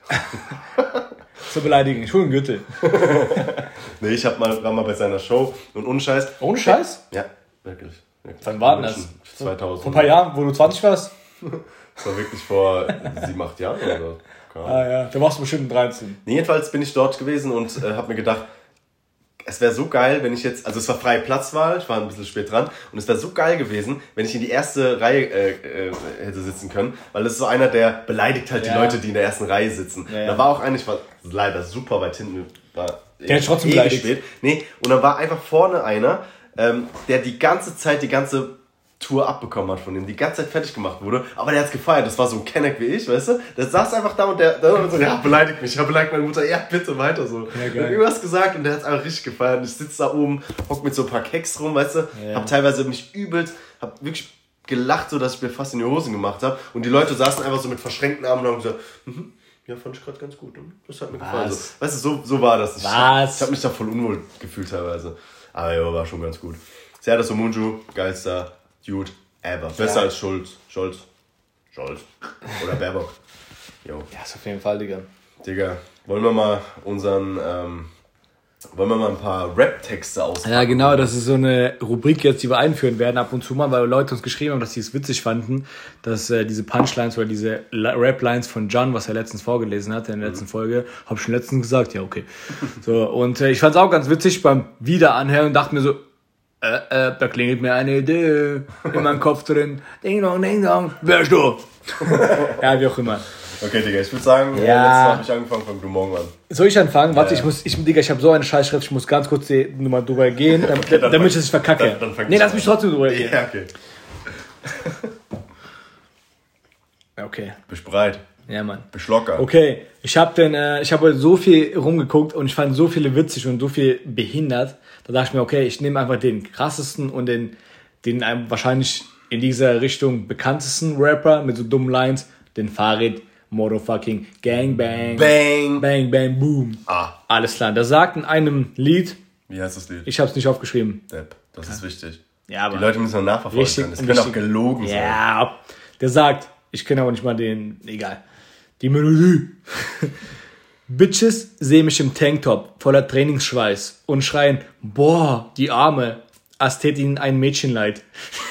Zu beleidigen. Ich hole einen Gürtel. Nee, ich war mal bei seiner Show und ohne Scheiß. Ohne Scheiß? Ja, wirklich. Wann war denn das? 2000. Vor ein paar Jahren, wo du 20 warst? Das war wirklich vor 7-8 Jahren oder so. Ah ja, da warst du bestimmt 13. Nee, jedenfalls bin ich dort gewesen und habe mir gedacht, es wäre so geil, wenn ich jetzt, also es war freie Platzwahl, ich war ein bisschen spät dran und es wäre so geil gewesen, wenn ich in die erste Reihe hätte sitzen können, weil das ist so einer, der beleidigt halt die Leute, die in der ersten Reihe sitzen. Ja. Da war auch einer, ich war leider super weit hinten, war der hat trotzdem beleidigt. Spät. Nee, und dann war einfach vorne einer, der die ganze Zeit die ganze Tour abbekommen hat von ihm, die ganze Zeit fertig gemacht wurde, aber der hat's gefeiert, das war so ein Kenneck wie ich, weißt du, der saß einfach da und der so, ja, beleidigt mich, ja, beleidigt meine Mutter, ja, bitte weiter so. Ja, geil. Irgendwas gesagt und der hat's einfach richtig gefeiert und ich sitze da oben, hock mit so ein paar Keks rum, weißt du, hab teilweise mich hab wirklich gelacht, so dass ich mir fast in die Hosen gemacht habe und die Leute saßen einfach so mit verschränkten Armen und haben gesagt, ja, fand ich gerade ganz gut, das hat mir gefallen. So, weißt du, so war das. Ich hab mich da voll unwohl gefühlt teilweise, aber ja, war schon ganz gut. Serdar Somuncu, geilster Dude ever. Besser als Scholz. Oder Baerbock. Jo. Ja, ist auf jeden Fall, Digga. Digga, wollen wir mal ein paar Rap-Texte auspacken? Ja, genau, das ist so eine Rubrik jetzt, die wir einführen werden ab und zu mal, weil Leute uns geschrieben haben, dass sie es witzig fanden, dass diese Punchlines oder diese Rap-Lines von John, was er letztens vorgelesen hat in der letzten Folge, habe ich schon letztens gesagt, ja, okay. So, und ich fand es auch ganz witzig beim Wiederanhören und dachte mir so, da klingelt mir eine Idee in meinem Kopf drin. Ding dong, wer bist du? Ja, wie auch immer. Okay, Digga, ich würde sagen, letztes Mal habe ich angefangen von Guten Morgen an. Soll ich anfangen? Warte, ich habe so eine Scheißschrift, ich muss ganz kurz die Nummer drüber gehen, damit ich es verkacke. Nee, lass mich trotzdem drüber gehen. Ja, okay. Okay. Bist bereit? Ja, Mann. Bist locker. Okay, ich habe so viel rumgeguckt und ich fand so viele witzig und so viel behindert. Da dachte ich mir, okay, ich nehme einfach den krassesten und den wahrscheinlich in dieser Richtung bekanntesten Rapper mit so dummen Lines, den Farid, Motherfucking Gangbang. Bang. Bang, bang, boom. Alles klar. Der sagt in einem Lied. Wie heißt das Lied? Ich habe es nicht aufgeschrieben. Depp. Das ist wichtig. Ja, aber die Leute müssen noch nachverfolgen können. Das könnte auch gelogen sein. Ja, der sagt, ich kenne aber nicht mal egal. Die Melodie. Bitches sehen mich im Tanktop voller Trainingsschweiß und schreien, boah, die Arme, als tät ihnen ein Mädchen leid.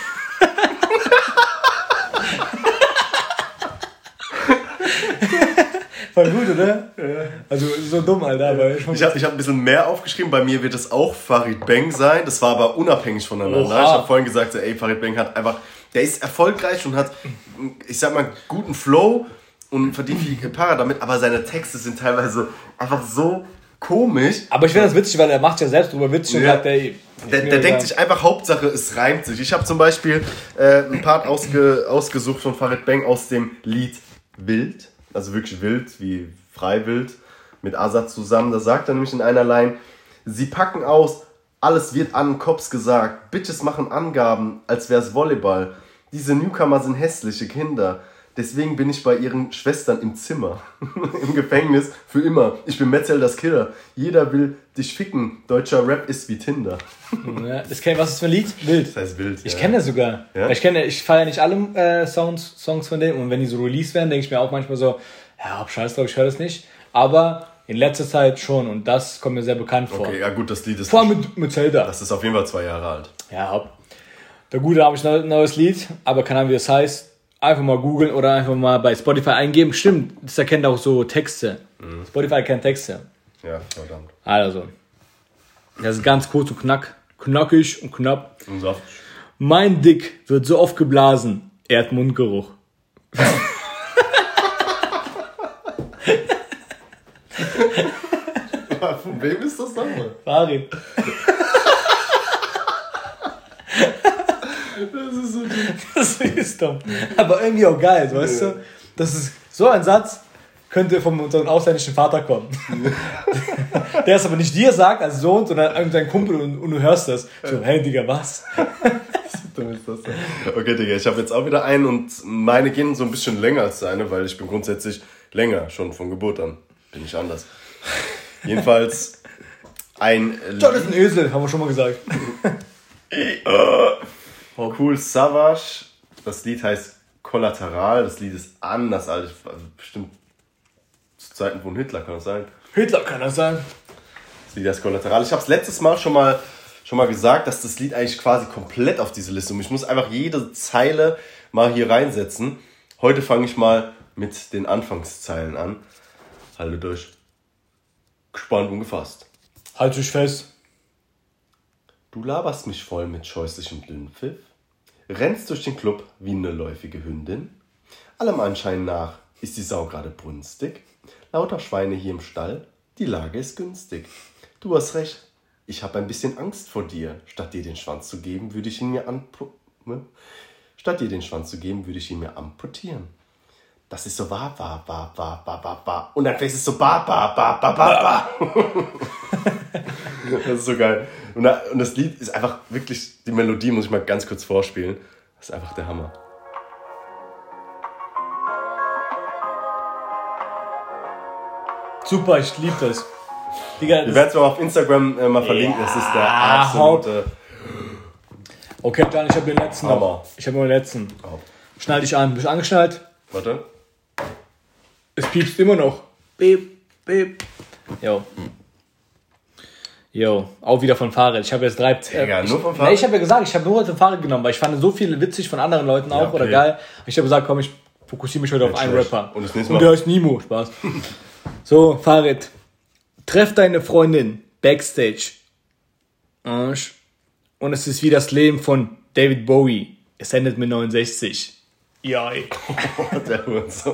Voll gut, oder? Ja. Also so dumm, Alter. Aber ich hab ein bisschen mehr aufgeschrieben. Bei mir wird es auch Farid Bang sein. Das war aber unabhängig voneinander. Oha. Ich habe vorhin gesagt, ey, Farid Bang hat einfach, der ist erfolgreich und hat, ich sag mal, guten Flow und verdient viel Para damit, aber seine Texte sind teilweise einfach so komisch. Aber ich finde das witzig, weil er macht ja selbst drüber witzig und sagt, ey... Der denkt sich einfach, Hauptsache, es reimt sich. Ich habe zum Beispiel einen Part ausgesucht von Farid Bang aus dem Lied Wild. Also wirklich wild, wie Freiwild, mit Azad zusammen. Da sagt er nämlich in einer Line, sie packen aus, alles wird an Cops gesagt. Bitches machen Angaben, als wär's Volleyball. Diese Newcomer sind hässliche Kinder. Deswegen bin ich bei ihren Schwestern im Zimmer. Im Gefängnis für immer. Ich bin Metzel das Killer. Jeder will dich ficken. Deutscher Rap ist wie Tinder. Ja, was ist das für ein Lied? Wild. Das heißt Wild. Ich kenne das sogar. Ja? Ich feiere nicht alle Songs von dem. Und wenn die so released werden, denke ich mir auch manchmal so, ja, scheiß drauf, ich höre das nicht. Aber in letzter Zeit schon. Und das kommt mir sehr bekannt vor. Okay, ja gut, das Lied ist... Vor allem mit Zelda. Das ist auf jeden Fall 2 Jahre alt. Ja, der Gute habe ich ein neues Lied. Aber keine Ahnung, wie das heißt. Einfach mal googeln oder einfach mal bei Spotify eingeben. Stimmt, das erkennt auch so Texte. Mhm. Spotify kennt Texte. Ja, verdammt. Also, das ist ganz kurz und knackig und knapp. Und saftig. Mein Dick wird so oft geblasen, er hat Mundgeruch. Von wem ist das nochmal? Farid. Das ist dumm. Aber irgendwie auch geil, weißt du? Das ist so ein Satz, könnte von unserem ausländischen Vater kommen. Der es aber nicht dir sagt als Sohn, sondern irgendein Kumpel und du hörst das. So, hey Digga, was? dumm ist das denn? Okay, Digga, ich habe jetzt auch wieder einen und meine gehen so ein bisschen länger als deine, weil ich bin grundsätzlich länger, schon von Geburt an. Bin ich anders. Jedenfalls ein... John ist ein Esel, haben wir schon mal gesagt. Cool Savage. Das Lied heißt Kollateral. Das Lied ist anders, also bestimmt zu Zeiten von Hitler, kann das sein? Hitler kann das sein. Das Lied heißt Kollateral. Ich habe es letztes Mal schon mal gesagt, dass das Lied eigentlich quasi komplett auf diese Liste ist. Ich muss einfach jede Zeile mal hier reinsetzen. Heute fange ich mal mit den Anfangszeilen an. Haltet euch gespannt und gefasst. Halt dich fest. Du laberst mich voll mit scheußlichem Dünnpfiff, rennst durch den Club wie eine läufige Hündin. Allem Anschein nach ist die Sau gerade brünstig. Lauter Schweine hier im Stall, die Lage ist günstig. Du hast recht, ich habe ein bisschen Angst vor dir. Statt dir den Schwanz zu geben, würde ich ihn mir amputieren. Das ist so wa. Und dann ist es so ba. Das ist so geil. Und das Lied ist einfach wirklich, die Melodie muss ich mal ganz kurz vorspielen. Das ist einfach der Hammer. Super, ich liebe das. Digga, Wir werden es mal auf Instagram mal verlinken. Das ist der absolute... Okay, dann, ich habe den letzten Hammer. noch. Ich habe den letzten. Schnall dich an. Bist du angeschnallt? Warte. Es piepst immer noch. Beep, beep. Jo, auch wieder von Fahrrad. Ich habe jetzt 3... nur vom Fahrrad? Nee, ich habe ja gesagt, ich habe nur heute ein Fahrrad genommen, weil ich fand so viel witzig von anderen Leuten auch oder geil. Ich habe gesagt, komm, ich fokussiere mich heute auf einen Rapper. Und das nächste Mal. Und der heißt Nimo. Spaß. So, Fahrrad. Treff deine Freundin Backstage. Arsch. Und es ist wie das Leben von David Bowie. Es endet mit 69. Ja, ey. Der Hurensohn.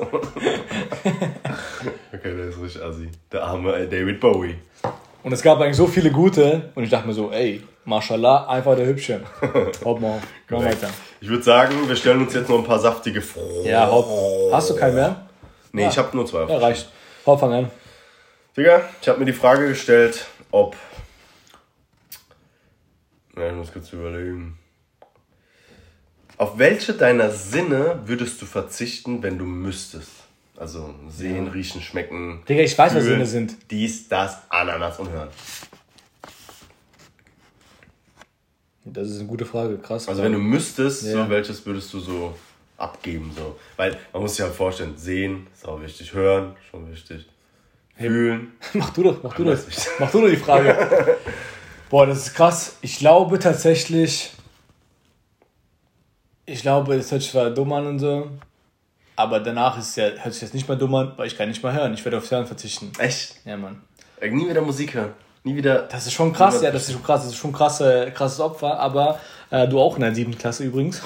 Okay, der ist richtig assi. Der arme David Bowie. Und es gab eigentlich so viele gute. Und ich dachte mir so, ey, Mashallah, einfach der Hübsche. Hopp mal, mach weiter. Ich würde sagen, wir stellen uns jetzt noch ein paar saftige Fragen. Ja, hopp. Hast du keinen mehr? Nee, Ja. ich habe nur 2. Ja, reicht. Hopp, fang an. Digga, ich habe mir die Frage gestellt, ob... Ja, ich muss kurz überlegen. Auf welche deiner Sinne würdest du verzichten, wenn du müsstest? Also sehen, riechen, schmecken. Digga, ich weiß, was fühlen, Sinne sind. Dies, das, Ananas und hören. Das ist eine gute Frage, krass. Also wenn du müsstest, Ja. so welches würdest du so abgeben? So? Weil man muss sich halt vorstellen, sehen ist auch wichtig, hören schon wichtig, fühlen. Mach du doch die Frage. Boah, das ist krass. Ich glaube tatsächlich... das hört sich zwar dumm an und so, aber danach hört sich das nicht mehr dumm an, weil ich kann nicht mehr hören. Ich werde aufs Hören verzichten. Echt? Ja, Mann. Nie wieder Musik hören. Nie wieder... Das ist schon krass, ja, das ist schon krass. Das ist schon ein krasses Opfer, aber du auch in der 7. Klasse übrigens.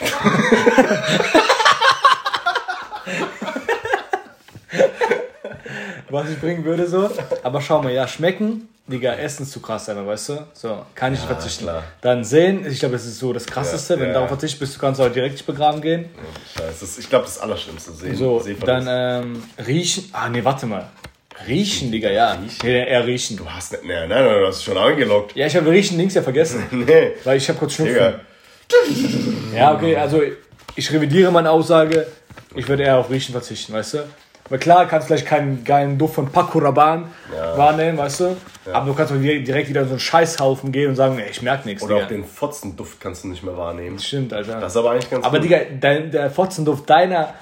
Was ich bringen würde so. Aber schau mal, ja, schmecken, Digga, Essen ist zu krass, weißt du? So, kann ich nicht verzichten. Klar. Dann sehen, ich glaube, das ist so das Krasseste. Wenn du darauf verzichtest, kannst du auch direkt dich begraben gehen. Scheiße, ich glaube, das Allerschlimmste. Sehen, So, Sehverlust. dann riechen. Ah, nee, warte mal. Riechen, Digga, ja. Nee, eher riechen. Du hast nicht... Nein, du hast es schon eingeloggt. Ja, ich habe riechen links ja vergessen. Nee. Weil ich habe kurz Schnupfen. Digga. Ja, okay, also ich revidiere meine Aussage. Ich würde eher auf Riechen verzichten, weißt du? Weil klar, kannst vielleicht keinen geilen Duft von Paco Rabanne wahrnehmen, weißt du? Ja. Aber du kannst auch direkt wieder in so einen Scheißhaufen gehen und sagen, ey, ich merke nichts. Oder Digga. auch den Fotzenduft kannst du nicht mehr wahrnehmen. Stimmt, Alter. Das ist aber eigentlich ganz Aber gut. Digga, der Fotzenduft deiner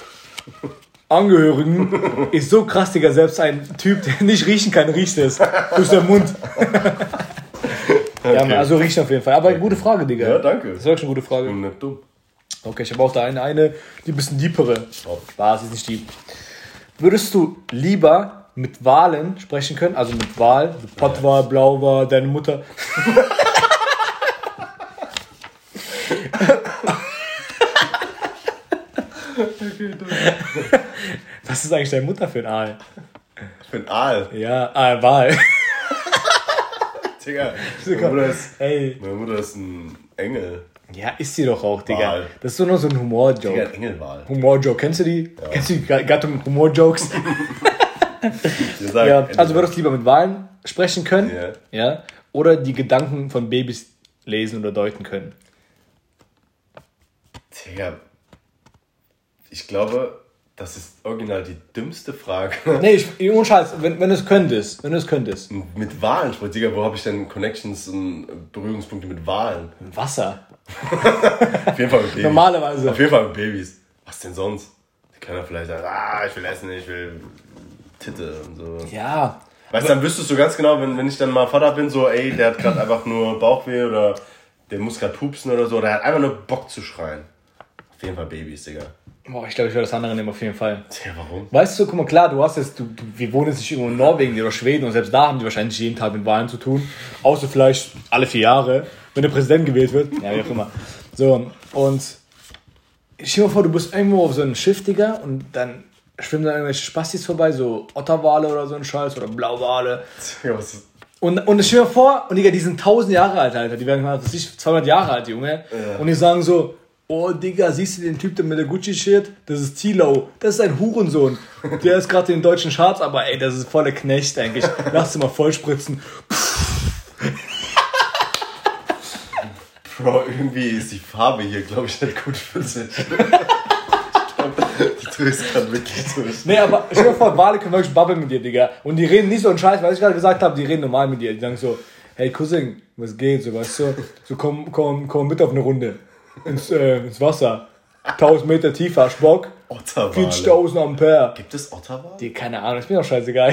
Angehörigen ist so krass, Digga. Selbst ein Typ, der nicht riechen kann, riecht es. Durch den Mund. Ja, also riechen auf jeden Fall. Aber gute Frage, Digga. Ja, danke. Das ist wirklich eine gute Frage. Ich bin nicht dumm. Okay, ich habe auch da eine, die ein bisschen deepere. Spaß, ist nicht deep. Würdest du lieber mit Walen sprechen können? Also mit Wal, mit Pottwal, Blauwal, deine Mutter. Was ist eigentlich deine Mutter für ein Aal? Ich bin Aal. Ja, Wal. Digga, meine Mutter ist ein Engel. Ja, ist sie doch auch, Digga. Wal. Das ist so nur so ein Humor-Joke. Digga, ein Engelwal. Humor-Joke, kennst du die? Ja. Kennst du die Gattung Humor-Jokes? Ja, also würdest du lieber mit Walen sprechen können? Ja. Oder die Gedanken von Babys lesen oder deuten können? Digga, ich glaube, das ist original die dümmste Frage. Nee, ohne Scheiß, wenn du es könntest. Mit Wahlen, Digga, wo habe ich denn Connections und Berührungspunkte mit Wahlen? Wasser. Auf jeden Fall mit Babys. Normalerweise. Auf jeden Fall mit Babys. Was denn sonst? Die können ja vielleicht sagen, ich will essen, ich will Titte und so. Ja. Weißt du, dann wüsstest du ganz genau, wenn ich dann mal Vater bin, so, ey, der hat gerade einfach nur Bauchweh oder der muss gerade pupsen oder so, der hat einfach nur Bock zu schreien. Auf jeden Fall Babys, Digga. Boah, ich glaube, ich würde das andere nehmen, auf jeden Fall. Ja, warum? Weißt du, guck mal, klar, wir wohnen jetzt nicht irgendwo in Norwegen oder Schweden und selbst da haben die wahrscheinlich jeden Tag mit Wahlen zu tun. Außer vielleicht alle 4 Jahre, wenn der Präsident gewählt wird. Ja, wie auch immer. So, und stell dir mal vor, du bist irgendwo auf so einem Schiff, Digga, und dann schwimmen da irgendwelche Spastis vorbei, so Otterwale oder so ein Scheiß oder Blauwale. Ja, was ist... Und stell dir mal vor, und Digga, die sind 1000 Jahre alt, Alter. Die werden mal, 200 Jahre alt, Junge. Ja. Und die sagen so, oh, Digga, siehst du den Typ da mit der Gucci-Shit? Das ist Tilo. Das ist ein Hurensohn. Der ist gerade in den deutschen Charts, aber ey, das ist voller Knecht eigentlich. Lass ihn mal vollspritzen. Bro, irgendwie ist die Farbe hier, glaube ich, nicht gut für sich. Die drehst gerade wirklich durch. Nee, aber stell dir vor, Wale können wirklich babbeln mit dir, Digga. Und die reden nicht so einen Scheiß, was ich gerade gesagt habe, die reden normal mit dir. Die sagen so, hey Cousin, was geht? So, weißt du, so komm mit auf eine Runde. Ins Wasser. 1000 Meter tiefer, Spock. Otterwale. 40.000 Ampere. Gibt es Otterwale? Die, keine Ahnung, ist mir doch scheißegal.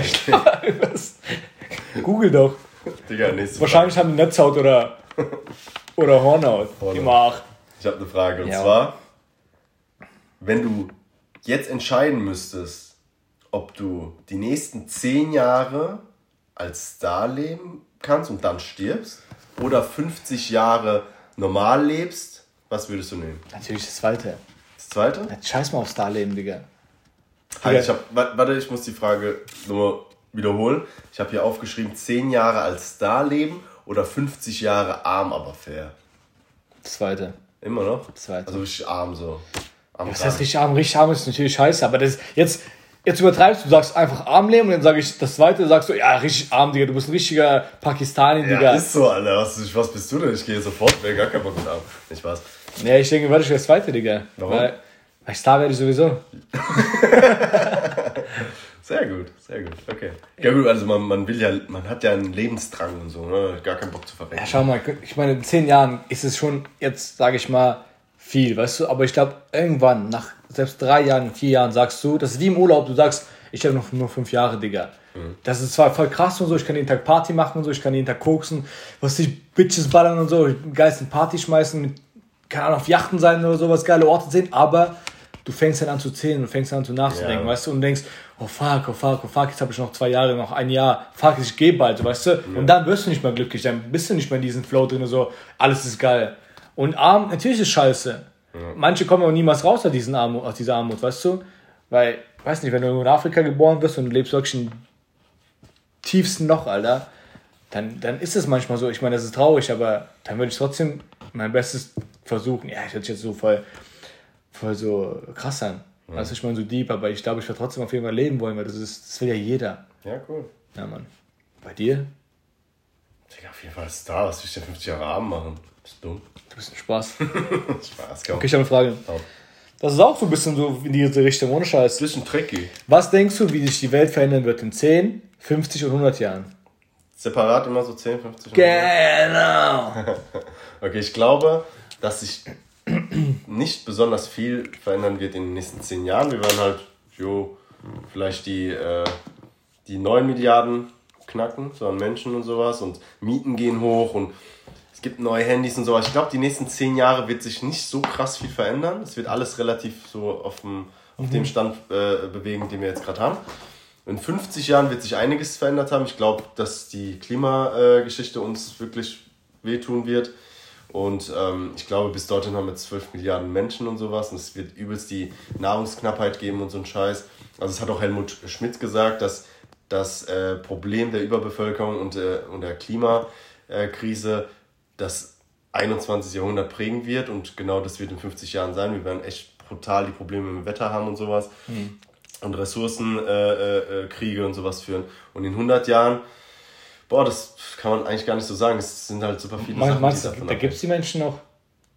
Google doch. Digga, nächste Wahrscheinlich haben die Netzhaut oder Hornhaut. Die mach. Ich habe eine Frage. Und Ja. zwar, wenn du jetzt entscheiden müsstest, ob du die nächsten 10 Jahre als Star leben kannst und dann stirbst oder 50 Jahre normal lebst, was würdest du nehmen? Natürlich das Zweite. Das zweite? Scheiß mal auf Starleben, Digga. Halt, ich muss die Frage nochmal wiederholen. Ich habe hier aufgeschrieben, 10 Jahre als Star leben oder 50 Jahre arm, aber fair. Das Zweite. Immer noch? Zweite. Also richtig arm so. Arm Was heißt richtig arm? Richtig arm ist natürlich scheiße, aber das jetzt übertreibst du, sagst einfach arm leben und dann sage ich das Zweite, sagst du, ja, richtig arm, Digga, du bist ein richtiger Pakistani, Digga. Ja, ist so, Alter. Was bist du denn? Ich gehe sofort weg, gar kein Bock mit arm. Nicht Spaß. Ja, ich denke, warte ich das Zweite, Digga. Warum? Weil Star werde ich sowieso. Sehr gut, okay. Ja gut, also man hat ja einen Lebensdrang und so, ne? Gar keinen Bock zu verrecken. Ja, schau mal, ich meine, in 10 Jahren ist es schon jetzt, sage ich mal, viel, weißt du, aber ich glaube, irgendwann, nach selbst 3 Jahren, 4 Jahren, sagst du, das ist wie im Urlaub, du sagst, ich habe noch nur 5 Jahre, Digga. Das ist zwar voll krass und so, ich kann jeden Tag Party machen und so, ich kann jeden Tag koksen, was die Bitches ballern und so, geilsten Party schmeißen, mit, keine Ahnung, auf Yachten sein oder sowas, geile Orte sehen, aber du fängst dann an zu zählen, du fängst dann an zu nachzudenken, weißt du, und denkst, oh fuck, jetzt habe ich noch 2 Jahre, noch 1 Jahr, fuck, ich gehe bald, weißt du, und dann wirst du nicht mehr glücklich, dann bist du nicht mehr in diesem Flow drin, so, alles ist geil. Und arm, natürlich ist scheiße. Manche kommen auch niemals raus aus dieser Armut, weißt du, weil, weiß nicht, wenn du in Afrika geboren wirst und du lebst wirklich im tiefsten Loch, Alter, dann ist es manchmal so, ich meine, das ist traurig, aber dann würde ich trotzdem mein Bestes versuchen, ja, ich werde jetzt so voll so krass sein. Also ich meine so deep, aber ich glaube, ich werde trotzdem auf jeden Fall leben wollen, weil das will ja jeder. Ja, cool. Ja, Mann. Bei dir? Digga, auf jeden Fall Star, was will ich denn 50 Jahre arm machen? Bist du dumm? Du bist ein Spaß. Spaß, komm. Okay, ich habe eine Frage. Top. Das ist auch so ein bisschen so in diese Richtung, ohne Scheiß. Bisschen tricky. Was denkst du, wie sich die Welt verändern wird in 10, 50 und 100 Jahren? Separat immer so 10, 50 Genau. Okay, ich glaube, dass sich nicht besonders viel verändern wird in den nächsten 10 Jahren. Wir werden halt, vielleicht die 9 Milliarden knacken, so an Menschen und sowas. Und Mieten gehen hoch und es gibt neue Handys und sowas. Ich glaube, die nächsten 10 Jahre wird sich nicht so krass viel verändern. Es wird alles relativ so auf dem Stand bewegen, den wir jetzt gerade haben. In 50 Jahren wird sich einiges verändert haben. Ich glaube, dass die Klimageschichte uns wirklich wehtun wird. Und ich glaube, bis dorthin haben wir 12 Milliarden Menschen und sowas. Und es wird übelst die Nahrungsknappheit geben und so ein Scheiß. Also es hat auch Helmut Schmidt gesagt, dass das Problem der Überbevölkerung und der Klimakrise das 21. Jahrhundert prägen wird. Und genau das wird in 50 Jahren sein. Wir werden echt brutal die Probleme mit dem Wetter haben und sowas. Und Ressourcenkriege und sowas führen. Und in 100 Jahren, das kann man eigentlich gar nicht so sagen. Es sind halt super viele Sachen, Meinst die du, davon da gibt es die Menschen noch?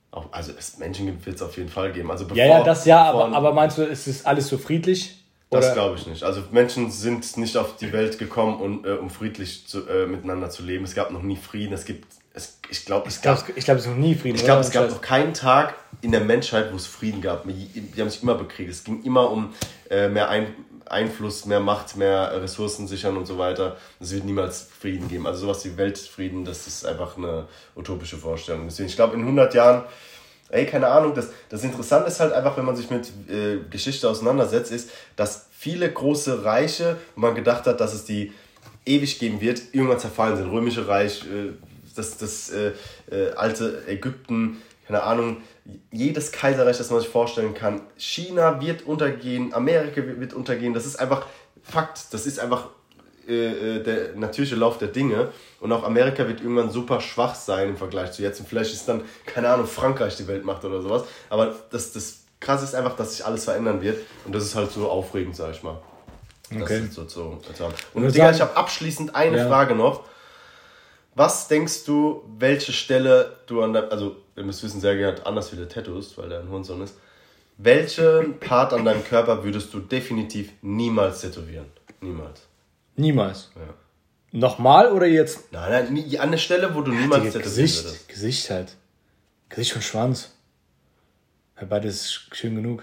Auch, also Menschen wird es auf jeden Fall geben. Also aber meinst du, ist es alles so friedlich? Das glaube ich nicht. Also Menschen sind nicht auf die Welt gekommen, um friedlich miteinander zu leben. Es gab noch nie Frieden. Ich glaube, es gab noch nie Frieden. Ich glaube, es gab noch keinen Tag in der Menschheit, wo es Frieden gab. Die haben sich immer bekriegt. Es ging immer um mehr Einfluss, mehr Macht, mehr Ressourcen sichern und so weiter. Es wird niemals Frieden geben. Also sowas wie Weltfrieden, das ist einfach eine utopische Vorstellung. Deswegen, ich glaube, in 100 Jahren, keine Ahnung, das Interessante ist halt einfach, wenn man sich mit Geschichte auseinandersetzt, ist, dass viele große Reiche, wo man gedacht hat, dass es die ewig geben wird, irgendwann zerfallen sind. Römische Reich, das alte Ägypten, keine Ahnung, jedes Kaiserreich, das man sich vorstellen kann. China wird untergehen, Amerika wird untergehen, das ist einfach Fakt, das ist einfach der natürliche Lauf der Dinge. Und auch Amerika wird irgendwann super schwach sein im Vergleich zu jetzt. Und vielleicht ist dann, keine Ahnung, Frankreich die Weltmacht oder sowas. Aber das Krasse ist einfach, dass sich alles verändern wird. Und das ist halt so aufregend, sag ich mal. Okay. Das ist so. Und Digga, ich habe abschließend eine Frage noch. Was denkst du, welche Stelle du an deinem, also wir müssen wissen, Sergej hat anders viele Tattoos, weil er ein Hurensohn ist. Welchen Part an deinem Körper würdest du definitiv niemals tätowieren? Niemals. Ja. Nochmal oder jetzt? Nein, an der Stelle, wo du niemals tätowieren würdest. Gesicht halt. Gesicht und Schwanz. Ja, beides schön genug.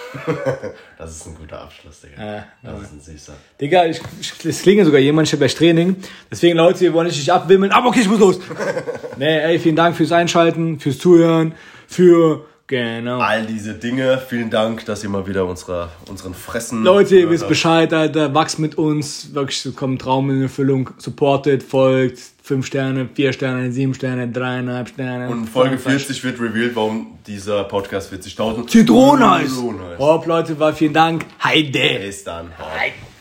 Das ist ein guter Abschluss, Digga. Das ist ein süßer. Digga, es klingt sogar jemand, ich habe gleich Training. Deswegen, Leute, wir wollen nicht abwimmeln. Aber okay, ich muss los. Vielen Dank fürs Einschalten, fürs Zuhören, genau. All diese Dinge. Vielen Dank, dass ihr mal wieder unseren Fressen... Leute, ihr wisst Bescheid, Alter. Wachst mit uns. Wirklich, kommt ein Traum in Erfüllung. Supportet, folgt. 5 Sterne, 4 Sterne, 7 Sterne, 3,5 Sterne. Und Folge 40 wird revealed, warum dieser Podcast 40.000 Zitronen heißt. Hopp, Leute, vielen Dank. Heide. Bis dann. Heide.